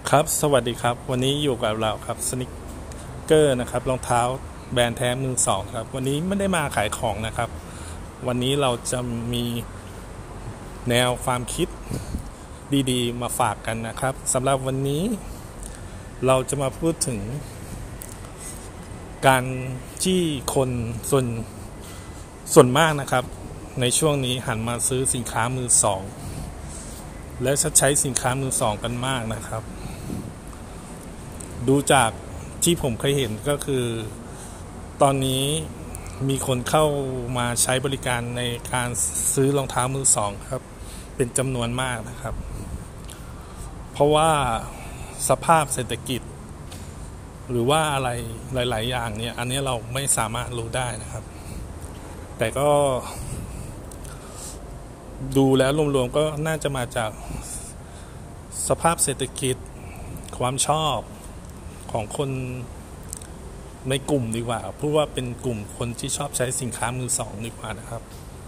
ครับสวัสดีครับวันนี้อยู่กับเราครับสนิเกอร์นะครับรองเท้าแบรนด์แท้มือสองครับวันนี้ไม่ได้มาขายของนะครับวันนี้เราจะมีแนวความคิดดีๆมาฝากกันนะครับสำหรับวันนี้เราจะมาพูดถึงการที่คนส่วนมากนะครับในช่วงนี้หันมาซื้อสินค้ามือสองและใช้สินค้ามือสองกันมากนะครับดูจากที่ผมเคยเห็นก็คือตอนนี้มีคนเข้ามาใช้บริการในการซื้อรองเท้ามือสองครับเป็นจำนวนมากนะครับเพราะว่าสภาพเศรษฐกิจหรือว่าอะไรหลายๆอย่างเนี่ยอันนี้เราไม่สามารถรู้ได้นะครับแต่ก็ดูแล้วรวมๆก็น่าจะมาจากสภาพเศรษฐกิจความชอบของคนในกลุ่มดีกว่าพูดว่าเป็นกลุ่มคนที่ชอบใช้สินค้ามือสองดีกว่านะครับ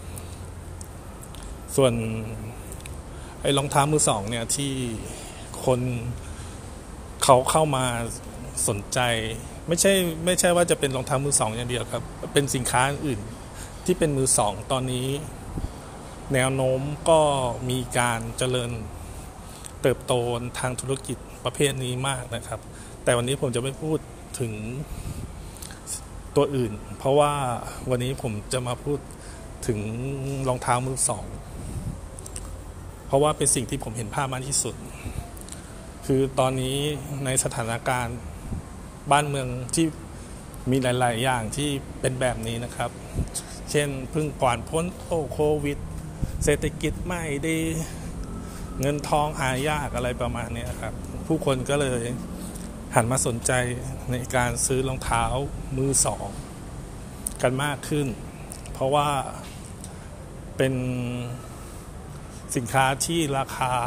ส่วนไอ้รองเท้ามือสองเนี่ยที่คนเขาเข้ามาสนใจไม่ใช่ว่าจะเป็นรองเท้ามือสองอย่างเดียวครับเป็นสินค้าอื่นที่เป็นมือสองตอนนี้แนวโน้มก็มีการเจริญเติบโตทางธุรกิจประเภทนี้มากนะครับแต่วันนี้ผมจะไม่พูดถึงตัวอื่นเพราะว่าวันนี้ผมจะมาพูดถึงรองเท้ามือสองเพราะว่าเป็นสิ่งที่ผมเห็นภาพมากที่สุดคือตอนนี้ในสถานการณ์บ้านเมืองที่มีหลายๆอย่างที่เป็นแบบนี้นะครับเช่นเพิ่งก่อนพ้นโควิดเศรษฐกิจไม่ดีเงินทองหายากอะไรประมาณนี้ครับผู้คนก็เลยหันมาสนใจในการซื้อรองเท้ามือสองกันมากขึ้นเพราะว่าเป็นสินค้าที่ราคา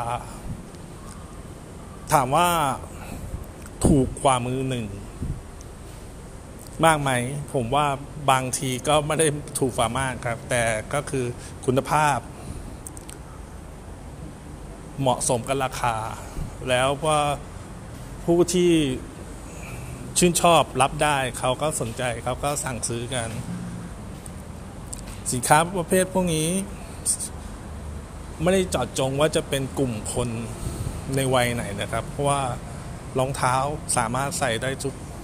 ถามว่าถูกกว่ามือหนึ่งมากไหมผมว่าบางทีก็ไม่ได้ถูกกว่ามากครับแต่ก็คือคุณภาพเหมาะสมกับราคาแล้วว่าผู้ที่ชื่นชอบรับได้เขาก็สนใจเขาก็สั่งซื้อกันสินค้าประเภทพวกนี้ไม่ได้เจาะจงว่าจะเป็นกลุ่มคนในวัยไหนนะครับเพราะว่ารองเท้าสามารถใส่ได้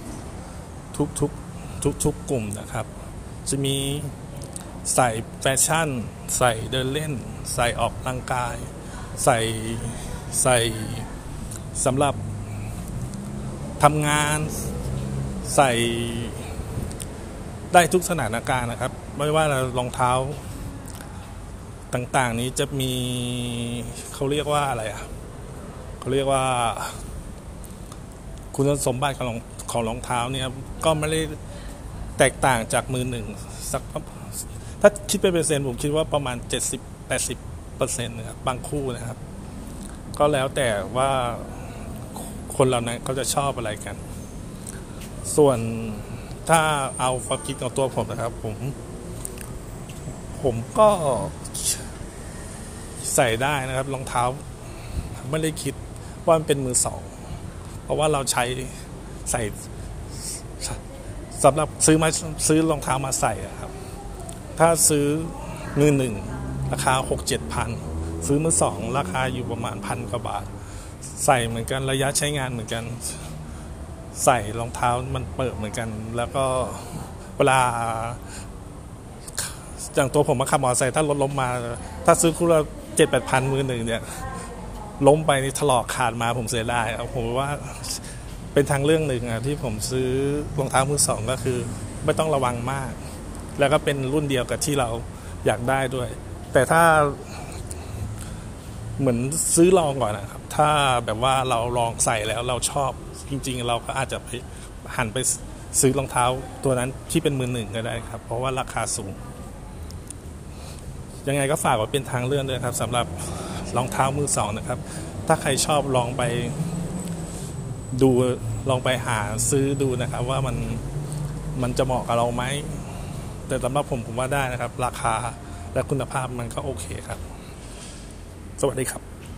ทุกกลุ่มนะครับจะมีใส่แฟชั่นใส่เดินเล่นใส่ออกกำลังกายใส่สำหรับทำงานใส่ได้ทุกสถานการณ์นะครับไม่ว่ารองเท้าต่างๆนี้จะมีเขาเรียกว่าอะไรเขาเรียกว่าคุณสมบัติของรองเท้าเนี่ยก็ไม่ได้แตกต่างจากมือหนึ่งสักถ้าคิดเป็นเปอร์เซ็นต์ผมคิดว่าประมาณ 70-80% นะครับบางคู่นะครับก็แล้วแต่ว่าคนเหล่านั้นเขาจะชอบอะไรกันส่วนถ้าเอาความคิดของตัวผมนะครับผมก็ใส่ได้นะครับรองเท้าไม่ได้คิดว่ามันเป็นมือสองเพราะว่าเราใส่สำหรับซื้อรองเท้ามาใส่ครับถ้าซื้อมือหนึ่งราคา 6-7 พันซื้อมือสองราคาอยู่ประมาณ1,000 กว่าบาทใส่เหมือนกันระยะใช้งานเหมือนกันใส่รองเท้ามันเปิดเหมือนกันแล้วก็เวลาอย่างตัวผมมาขับมอเตอร์ไซค์ถ้ารถล้มมาถ้าซื้อคู่ละ 7-8 พันมือหนึ่งเนี่ยล้มไปนี่ถลอกขาดมาผมเสียดายครับผมว่าเป็นทางเรื่องหนึ่งที่ผมซื้อรองเท้ามือสองก็คือไม่ต้องระวังมากแล้วก็เป็นรุ่นเดียวกับที่เราอยากได้ด้วยแต่ถ้าเหมือนซื้อลองก่อนนะครับถ้าแบบว่าเราลองใส่แล้วเราชอบจริงๆเราก็อาจจะไปหันไปซื้อรองเท้าตัวนั้นที่เป็นมือหนึ่งก็ได้ครับเพราะว่าราคาสูงยังไงก็ฝากไว้เป็นทางเลือกด้วยครับสำหรับรองเท้ามือสองนะครับถ้าใครชอบลองไปดูลองไปหาซื้อดูนะครับว่ามันจะเหมาะกับเราไหมแต่สำหรับผมว่าได้นะครับราคาและคุณภาพมันก็โอเคครับสวัสดีครับ